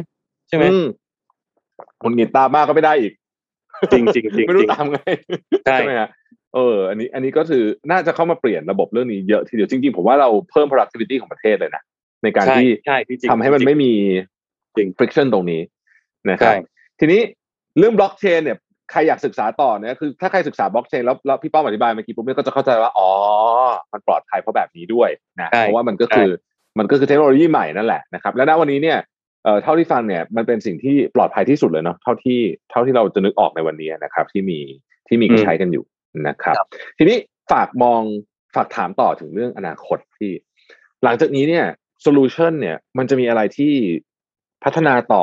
หงุดหงิดตามมากก็ไม่ได้อีกจริงๆไม่รู้ตามไงใช่ไหมฮะอันนี้ก็คือน่าจะเข้ามาเปลี่ยนระบบเรื่องนี้เยอะทีเดียวจริงๆผมว่าเราเพิ่ม productivity ของประเทศเลยนะในการที่ทำให้มันไม่มี friction ตรงนี้นะครับทีนี้เรื่องบล็อกเชนเนี่ยใครอยากศึกษาต่อเนี่ยคือถ้าใครศึกษาบล็อกเชนแล้วพี่ป้อมอธิบายเมื่อกี้ปุ๊บเนี่ยก็จะเข้าใจว่ามันปลอดภัยเพราะแบบนี้ด้วยนะเพราะว่ามันก็คือเทคโนโลยีใหม่นั่นแหละนะครับและณวันนี้เนี่ยเท่าที่ฟังเนี่ยมันเป็นสิ่งที่ปลอดภัยที่สุดเลยเนาะเท่าที่เราจะนึกออกในวันนี้นะครับที่มีใช้กันอยู่นะครับทีนี้ฝากถามต่อถึงเรื่องอนาคตที่หลังจากนี้เนี่ยโซลูชันเนี่ยมันจะมีอะไรที่พัฒนาต่อ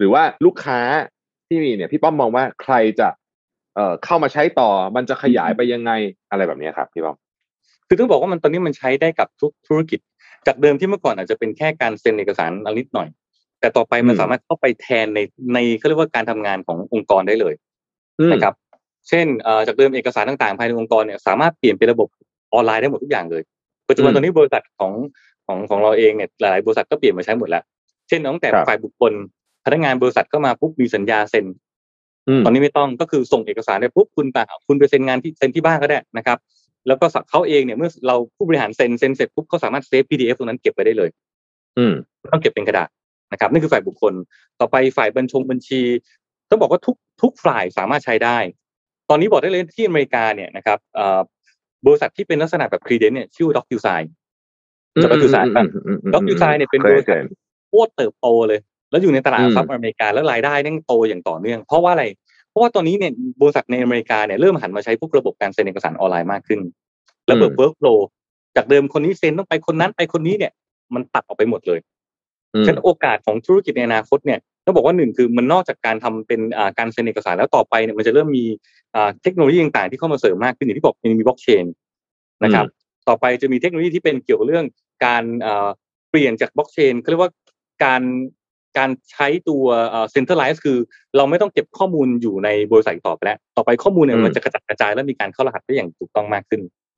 รือว่าลูกค้าที่มีเนี่ยพี่ป้อมมองว่าใครจะเข้ามาใช้ต่อมันจะขยายไปยังไงอะไรแบบนี้ครับพี่ป้อมคือต้องบอกว่ามันตอนนี้มันใช้ได้กับทุกธุรกิจจากเดิมที่เมื่อก่อนอาจจะเป็นแค่การเซ็นเอกสารนิดหน่อยแต่ต่อไปมันสามารถเข้าไปแทนในเขาเรียกว่าการทำงานขององค์กรได้เลยนะครับเช่นจากเดิมเอกสารต่างๆภายในองค์กรเนี่ยสามารถเปลี่ยนเป็นระบบออนไลน์ได้หมดทุกอย่างเลยปัจจุบันตอนนี้บริษัทของเราเองเนี่ยหลายๆบริษัทก็เปลี่ยนมาใช้หมดแล้วเช่นตั้งแต่ฝ่ายบุคคลพนักงานบริษัทก็มาปุ๊บมีสัญญาเซ็นตอนนี้ไม่ต้องก็คือส่งเอกสารไปปุ๊บคุณไปเซ็นงานที่เซ็นที่บ้านก็ได้นะครับแล้วก็เขาเองเนี่ยเมื่อเราผู้บริหารเซ็นเสร็จปุ๊บเขาสามารถเซฟ PDF ตรงนั้นเก็บไว้ได้เลยต้องเก็บเป็นกระดาษนะครับนี่คือฝ่ายบุคคลต่อไปฝ่ายบัญชีต้องบอกว่าทุกฝ่ายสามารถใช้ได้ตอนนี้บอกได้เลยที่อเมริกาเนี่ยนะครับบริษัทที่เป็นลักษณะแบบ Credence เนี่ยชื่อ DocuSign จะ DocuSign ป่ะ DocuSign เนี่ยเป็นบริษัทโคตรเติบโตเลยแล้วอยู่ในตลาดหลักทรัพย์อเมริกาแล้วรายได้นั่งโตอย่างต่อเนื่องเพราะว่าอะไรเพราะว่าตอนนี้เนี่ยบริษัทในอเมริกาเนี่ยเริ่มหันมาใช้พวกระบบการเซ็นเอกสารออนไลน์มากขึ้นระบบ workflow จากเดิมคนนี้เซ็นต้องไปคนนั้นไปคนนี้เนี่ยมันตัดออกไปหมดเลยฉะนั้นโอกาสของธุรกิจในอนาคตเนี่ยต้องบอกว่าหนึ่งคือมันนอกจากการทำเป็นการเซ็นเอกสารแล้วต่อไปเนี่ยมันจะเริ่มมีเทคโนโลยีต่างๆที่เข้ามาเสริมมากขึ้นอย่างที่บอกมีบล็อกเชนนะครับต่อไปจะมีเทคโนโลยีที่เป็นเกี่ยวกับเรื่องการเปลี่ยนจากบล็อกเชนเขาเรียกว่าการใช้ตัวcentralize คือเราไม่ต้องเก็บข้อมูลอยู่ในบริษัทต่อไปแล้วต่อไปข้อมูลเนี่ยมันจะกระจัดกระจายและมีการเข้ารหัสได้อย่างถูกต้องมากขึ้น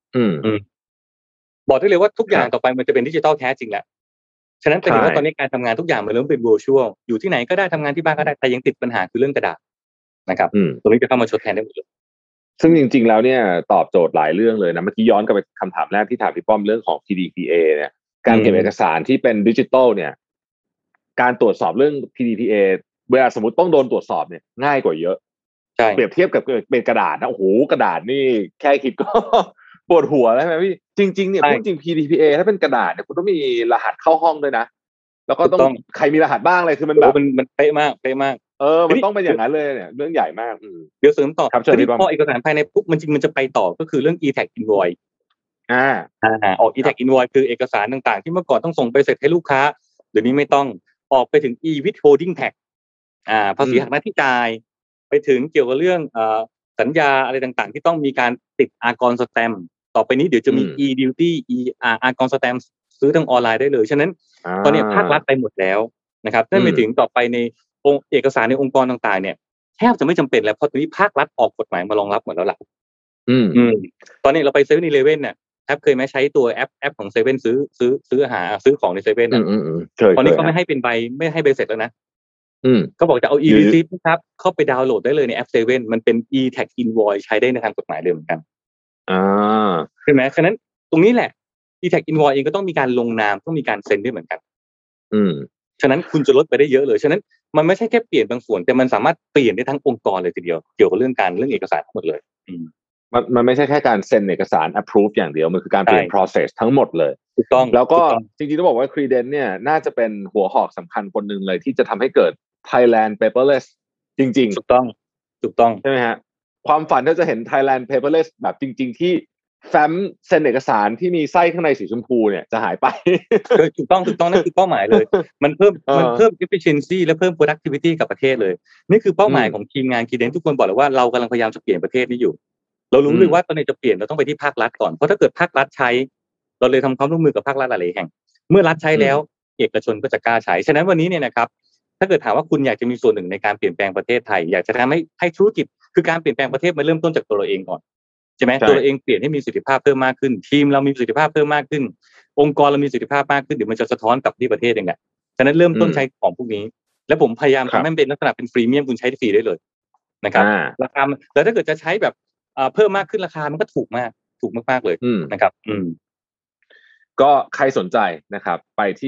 บอกได้เลยว่าทุกอย่างต่อไปมันจะเป็นดิจิทัลแท้จริงแหละฉะนั้นจะเห็นว่าตอนนี้การทำงานทุกอย่างมันเริ่มเป็น virtual อยู่ที่ไหนก็ได้ทำงานที่บ้านก็ได้แต่ยังติดปัญหาคือเรื่องกระดาษนะครับตรงนี้จะเข้ามาชดแทนได้หมดเลยซึ่งจริงๆแล้วเนี่ยตอบโจทย์หลายเรื่องเลยนะเมื่อกี้ย้อนกลับไปคำถามแรกที่ถามพี่ป้อมเรื่องของ PDPA เนี่ยการเก็บเอกสารที่เป็นดิจิทัลเนี่ยการตรวจสอบเรื่อง PDPA เวลาสมมติต้องโดนตรวจสอบเนี่ยง่ายกว่าเยอะใช่เปรียบเทียบกับเป็นกระดาษนะโอ้โหกระดาษนี่แค่คิดก็ปวดหัวแล้วใช่ไหมพี่จริงๆเนี่ยพูดจริง PDPA ถ้าเป็นกระดาษเนี่ยคุณต้องมีรหัสเข้าห้องด้วยนะแล้วก็ต้องใครมีรหัสบ้างเลยคือมันแบบมันเป๊ะมากมันต้องเป็นอย่างนั้นเลยเนี่ยเรื่องใหญ่มากเดี๋ยวเสริมต่อพอเอกสารภายในปุ๊บมันจะไปต่อก็คือเรื่อง e-tag invoice ออก e-tag invoice คือเอกสารต่างๆที่เมื่อก่อนต้องส่งไปเสร็จให้ลูกค้าเดี๋ยวนี้ไม่ต้องออกไปถึง e-withholding tax ภาษีหักหน้าที่จ่ายไปถึงเกี่ยวกับเรื่องสัญญาอะไรต่างๆที่ต้องมีการติดอากรสแตมป์ต่อไปนี้เดี๋ยวจะมี e-duty อากรสแตมป์ซื้อทางออนไลน์ได้เลยฉะนั้นตอนนี้ภาครัฐไปหมดแล้วนะครับนั่นหมายถึงต่อไปในเอกสารในองค์กรต่างๆเนี่ยแทบจะไม่จำเป็นแล้วเพราะตอนนี้ภาครัฐออกกฎหมายมารองรับหมดแล้วล่ะตอนนี้เราไป7-Elevenเนี่ยแอปเคยไหมใช้ตัวแอปของเซเว่นซื้ออาหารซื้อของในเซเว่นตอนนี้เขาไม่ให้เป็นใบไม่ให้ใบเสร็จแล้วนะเขาบอกจะเอา e-receipt ครับเข้าไปดาวน์โหลดได้เลยในแอปเซเว่นมันเป็น e-tag invoice ใช้ได้ในทางกฎหมายเลยเหมือนกันใช่ไหมฉะนั้นตรงนี้แหละ e-tag invoice เองก็ต้องมีการลงนามต้องมีการเซ็นด้วยเหมือนกันฉะนั้นคุณจะลดไปได้เยอะเลยฉะนั้นมันไม่ใช่แค่เปลี่ยนบางส่วนแต่มันสามารถเปลี่ยนได้ทั้งองค์กรเลยทีเดียวเกี่ยวกับเรื่องเอกสารทั้งหมดเลยมันไม่ใช่แค่การเซ็นเอกสาร approve อย่างเดียวมันคือการเปลี่ยน process ทั้งหมดเลยถูกต้องแล้วก็จริงๆต้องบอกว่า Credence เนี่ยน่าจะเป็นหัวหอกสำคัญคนหนึ่งเลยที่จะทำให้เกิด Thailand paperless จริงๆถูกต้องใช่ไหมฮะความฝันที่จะเห็น Thailand paperless แบบจริงๆที่แฟ้มเซ็นเอกสารที่มีไส้ข้างในสีชมพูเนี่ยจะหายไปถูกต้องนั่นคือเป้าหมายเลยมันเพิ่ม efficiency และเพิ่ม productivity กับประเทศเลยนี่คือเป้าหมายของทีมงาน Credence ทุกคนบอกเลยว่าเรากำลังพยายามจะเปลี่ยนประเทศนี้อยู่เรารู้เลยว่าตอนนี้จะเปลี่ยนเราต้องไปที่ภาครัฐก่อนเพราะถ้าเกิดภาครัฐใช้เราเลยทำความร่วมมือกับภาครัฐหลายแห่งเมื่อรัฐใช้แล้วเอกชนก็จะกล้าใช้ฉะนั้นวันนี้เนี่ยนะครับถ้าเกิดถามว่าคุณอยากจะมีส่วนหนึ่งในการเปลี่ยนแปลงประเทศไทยอยากจะทำให้ธุรกิจคือการเปลี่ยนแปลงประเทศมันเริ่มต้นจากตัวเราเองก่อนใช่ไหมตัวเราเองเปลี่ยนให้มีประสิทธิภาพเพิ่มมากขึ้นทีมเรามีประสิทธิภาพเพิ่มมากขึ้นองค์กรเรามีประสิทธิภาพมากขึ้นเดี๋ยวมันจะสะท้อนกลับที่ประเทศเองแหละฉะนั้นเริ่มต้นใช้ของพวกนี้และผมพยายามทำให้มันเป็นลักษณะเป็นฟรีเมียมคุณใช้ฟรีได้เลยนะครับราคาแล้วถ้าเกิดจะใช้แบบเพิ่มมากขึ้นราคามันก็ถูกมากเลยนะครับก็ใครสนใจนะครับไปที่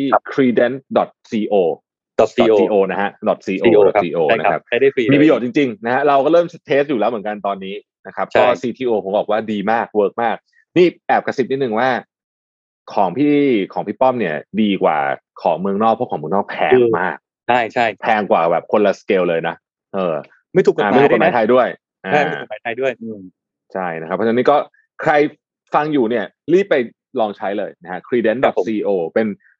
credence.co นะฮะ .co นะครับมีประโยชน์จริงๆนะฮะเราก็เริ่มเทสอยู่แล้วเหมือนกันตอนนี้นะครับก็ CTO ผมบอกว่าดีมากเวิร์กมากนี่แอบกระซิบนิดนึงว่าของพี่ป้อมเนี่ยดีกว่าของเมืองนอกเพราะของเมืองนอกแพงมากใช่แพงกว่าแบบคนละสเกลเลยนะไม่ถูกกฎหมายไทยด้วยไม่ถูกกฎหมายไทยด้วยใช่นะครับเพราะฉะนั้นนี่ก็ใครฟังอยู่เนี่ยรีบไปลองใช้เลยนะฮะ credence.co เป็น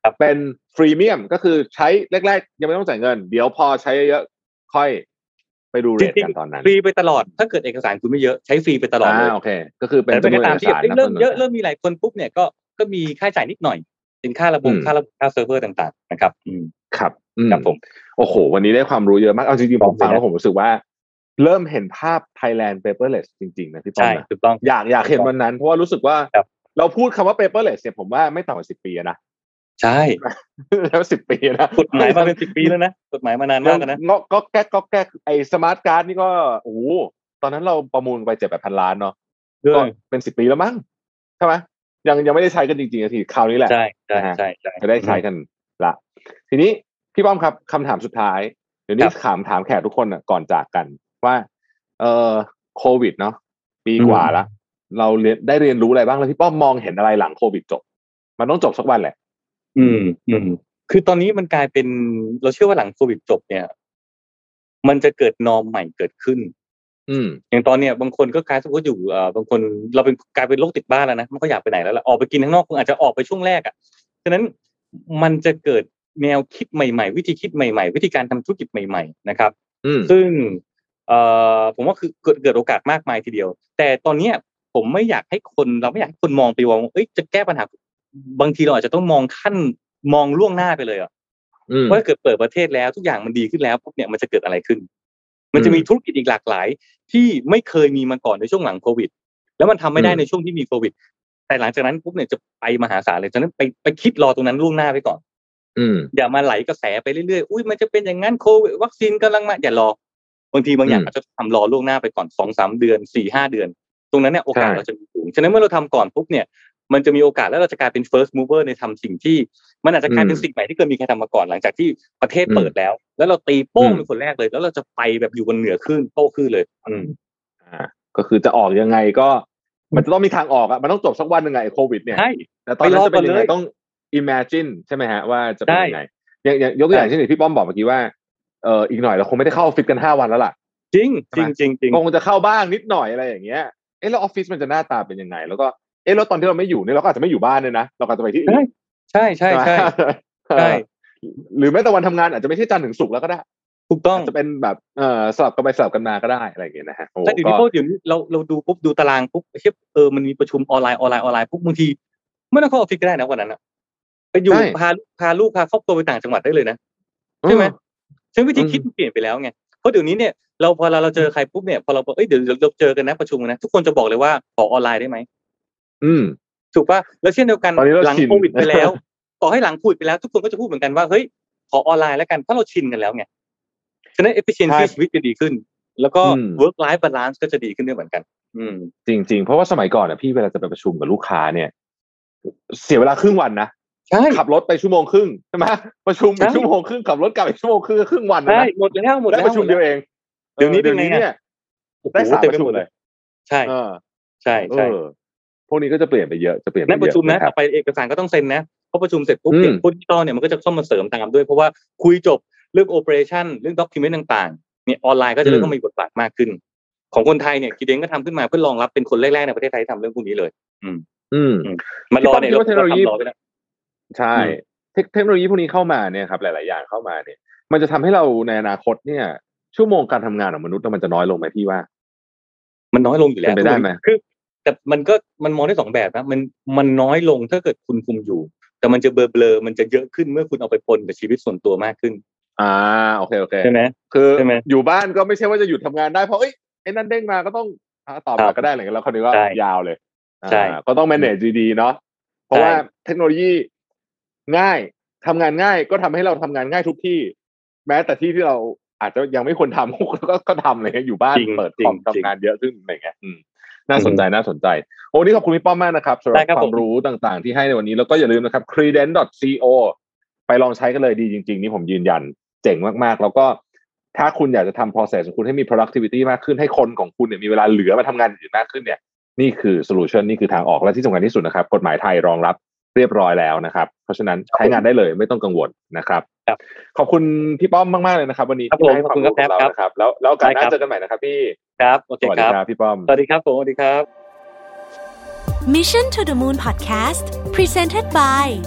เป็นฟรีเมียมก็คือใช้แรกๆยังไม่ต้องจ่ายเงินเดี๋ยวพอใช้เยอะค่อยไปดูเรทกันตอนนั้นฟรีไปตลอดถ้าเกิดเอกสารคุณไม่เยอะใช้ฟรีไปตลอดเลยโอเคก็คือเป็นจำนวนเอกสารเริ่มเยอะเริ่มมีหลายคนปุ๊บเนี่ยก็มีค่าใช้จ่ายนิดหน่อยเป็นค่าระบบค่าเซิร์ฟเวอร์ต่างๆนะครับครับผมโอ้โหวันนี้ได้ความรู้เยอะมากเอาจริงๆผมฟังแล้วผมรู้สึกว่าเริ่มเห็นภาพ Thailand paperless จริงๆนะพี่ป้อมนะถูกต้องอยากเห็นวันนั้นเพราะว่ารู้สึกว่าเราพูดคำว่า paperless เนี่ยผมว่าไม่ต่ำกว่า10 ปีนะใช่แล้ว10 ปีนะกฎหมายมาเป็น10 ปีแล้วนะกฎหมายมานานมากนะก็แก้ไอ้สมาร์ทการ์ดนี่ก็โอ้โหตอนนั้นเราประมูลไป 7-8,000 ล้านเนาะก็เป็น10 ปีแล้วมั้งใช่ไหมยังไม่ได้ใช้กันจริงๆทีคราวนี้แหละใช่จะได้ใช้กันละทีนี้พี่ป้อมครับคำถามสุดท้ายเดี๋ยวนี้ถามแขกทุกคนก่อนจากกันว่าโควิดเนาะปีกว่าละเราได้เรียนรู้อะไรบ้างแล้วพี่ป้อมมองเห็นอะไรหลังโควิดจบมันต้องจบสักวันแหละคือตอนนี้มันกลายเป็นเราเชื่อว่าหลังโควิดจบเนี่ยมันจะเกิดนอร์มใหม่เกิดขึ้นอย่างตอนเนี้ยบางคนก็กลายเป็นว่าอยู่บางคนเราเป็นกลายเป็นโรคติดบ้านแล้วนะมันก็อยากไปไหนแล้วล่ะออกไปกินข้างนอกคงอาจจะออกไปช่วงแรกอ่ะฉะนั้นมันจะเกิดแนวคิดใหม่ๆวิธีคิดใหม่ๆวิธีการทำธุรกิจใหม่ๆนะครับซึ่งผมว่าคือเกิดโอกาสมากมายทีเดียวแต่ตอนนี้ผมไม่อยากให้คนมองไปว่าจะแก้ปัญหาบางทีเราอาจจะต้องมองล่วงหน้าไปเลยว่าเกิดเปิดประเทศแล้วทุกอย่างมันดีขึ้นแล้วปุ๊บเนี่ยมันจะเกิดอะไรขึ้นมันจะมีธุรกิจอีกหลากหลายที่ไม่เคยมีมาก่อนในช่วงหลังโควิดแล้วมันทำไม่ได้ในช่วงที่มีโควิดแต่หลังจากนั้นปุ๊บเนี่ยจะไปมหาศาลเลยฉะนั้นไปคิดรอตรงนั้นล่วงหน้าไปก่อนอย่ามาไหลกระแสไปเรื่อยๆอุ้ยมันจะเป็นอย่างนั้นโควิดวัคซีนกำลังมาอย่ารอบางทีบางอย่างอาจจะทำรอล่วงหน้าไปก่อน 2-3 เดือน 4-5 เดือนตรงนั้นเนี่ยโอกาสเราจะมีสูงฉะนั้นเมื่อเราทำก่อนปุ๊บเนี่ยมันจะมีโอกาสแล้วเราจะกลายเป็น first mover ในทำสิ่งที่มันอาจจะกลายเป็นสิ่งใหม่ที่เคยมีใครทำมาก่อนหลังจากที่ประเทศเปิดแล้วเราตีโป้งเป็นคนแรกเลยแล้วเราจะไปแบบอยู่บนเหนือขึ้นโต้ขึ้นเลยก็คือจะออกยังไงก็มันจะต้องมีทางออกมันต้องจบสักวันยังไงโควิดเนี่ยแต่ตอนนั้นจะเป็นยังไงต้อง imagine ใช่ไหมฮะว่าจะเป็นยังไงอย่างยกตัวอย่างเช่นพี่ป้อมบอกเมื่อกี้ว่าอีกหน่อยเราคงไม่ได้เข้าออฟฟิศกัน5 วันแล้วล่ะจริงคงจะเข้าบ้างนิดหน่อยอะไรอย่างเงี้ยแล้วออฟฟิศมันจะหน้าตาเป็นยังไงแล้วก็แล้วตอนที่เราไม่อยู่เนี่ยเราก็อาจจะไม่อยู่บ้านเลยนะเราก็จะไปที่อื่นใช่หรือแม้แต่วันทำงานอาจจะไม่ใช่จันทร์ถึงศุกร์แล้วก็ได้ถูกต้องจะเป็นแบบสลับกันไปสลับกันมาก็ได้อะไรอย่างเงี้ยนะฮะแต่เดี๋ยวนี้เราดูปุ๊บดูตารางปุ๊บมันมีประชุมออนไลน์ปุ๊บบางทีไม่ต้องเข้าออฟฟิศก็ได้นะวันนั้นไปอยู่พาลูกพาครอบครัวไปต่างจังหวัดได้เลยนะใช่ไหมซึ่งวิธีคิดเปลี่ยนไปแล้วไงเพราะเดี๋ยวนี้เนี่ยพอเราเจอใครปุ๊บเนี่ยพอเราเดี๋ยวเราเจอกันนะประชุมนะทุกคนจะบอกเลยว่าขอออนไลน์ได้ไหมถูกป่ะแล้วเช่นเดียวกันหลังโควิดไปแล้วต่อให้หลังโควิดไปแล้วทุกคนก็จะพูดเหมือนกันว่าเฮ้ยขอออนไลน์แล้วกันเพราะเราชินกันแล้วไงฉะนั้น efficiency ชีวิตจะดีขึ้นแล้วก็ work life balance ก็จะดีขึ้นด้วยเหมือนกันจริงๆเพราะว่าสมัยก่อนพี่เวลาจะไปประชุมกับลูกค้าเนี่ยเสียเวลาครึ่งวันนะขับรถไปชั่วโมงครึ่งใช่ไหมประชุม1 ชั่วโมงครึ่งขับรถกลับอีกชั่วโมงครึ่งวันนะหมดแล้วประชุมเดียวเองเดี๋ยวนี้เนี่ยได้3 ประชุมเลยใช่พวกนี้ก็จะเปลี่ยนไปเยอะจะเปลี่ยนในประชุมนะต่อไปเอกสารก็ต้องเซ็นนะพอประชุมเสร็จปุ๊บเนี่ยพวกดิจิตอลเนี่ยมันก็จะเข้ามาเสริมตามด้วยเพราะว่าคุยจบเรื่อง operation เรื่อง document ต่างๆเนี่ยออนไลน์ก็จะเริ่มมีบทบาทมากขึ้นของคนไทยเนี่ยกีเด้งก็ทำขึ้นมาเพื่อรองรับเป็นคนแรกๆในประเทศไทยที่ทำเรื่องพวกนี้เลยมันรอเนี่ยเทคโนโลยีใช่เทคโนโลยีพวกนี้เข้ามาเนี่ยครับหลายๆอย่างเข้ามาเนี่ยมันจะทำให้เราในอนาคตเนี่ยชั่วโมงการทำงานของมนุษย์มันจะน้อยลงไหมพี่ว่ามันน้อยลงอยู่แล้วเป็นไปได้ไหมคือแต่มันมองได้2แบบนะมันน้อยลงถ้าเกิดคุณคุมอยู่แต่มันจะเบลอมันจะเยอะขึ้นเมื่อคุณเอาไปปนกับชีวิตส่วนตัวมากขึ้นโอเคใช่ไหมคืออยู่บ้านก็ไม่ใช่ว่าจะหยุดทำงานได้เพราะไอ้นั่นเด้งมาก็ต้องตอบมาก็ได้อะไรเงี้ยแล้วคราวนี้ก็ยาวเลยก็ต้อง manage ดีๆเนาะเพราะว่าเทคโนโลยีง่ายทำงานง่ายก็ทำให้เราทำงานง่ายทุกที่แม้แต่ที่เราอาจจะยังไม่ควรทำก็ทำอะไรเงี้ยอยู่บ้านเปิดคอมทำงานเยอะขึ้นอะไรเงี้ยน่าสนใจโอ้นี่ขอบคุณพี่ป้อมมากนะครับสำหรับความรู้ต่างๆที่ให้ในวันนี้แล้วก็อย่าลืมนะครับ credence.co ไปลองใช้กันเลยดีจริงๆนี่ผมยืนยันเจ๋งมากๆแล้วก็ถ้าคุณอยากจะทำ process ของคุณให้มี productivity มากขึ้นให้คนของคุณเนี่ยมีเวลาเหลือมาทำงานอื่นมากขึ้นเนี่ยนี่คือ solution นี่คือทางออกและที่สำคัญที่สุดนะครับกฎหมายไทยรองรับเรียบร้อยแล้วนะครับเพราะฉะนั้นใช้งานได้เลยไม่ต้องกังวลนะครับขอบคุณพี่ป้อมมากๆเลยนะครับวันนี้ที่ให้ความรู้กับเรานะครับแล้วโอกาสหน้าเจอกันใหม่นะครับพี่ครับโอเคครับสวัสดีครับพี่ป้อมสวัสดีครับผมสวัสดีครับ Mission to the Moon Podcast Presented by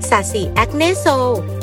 สาสีแอคเนโซ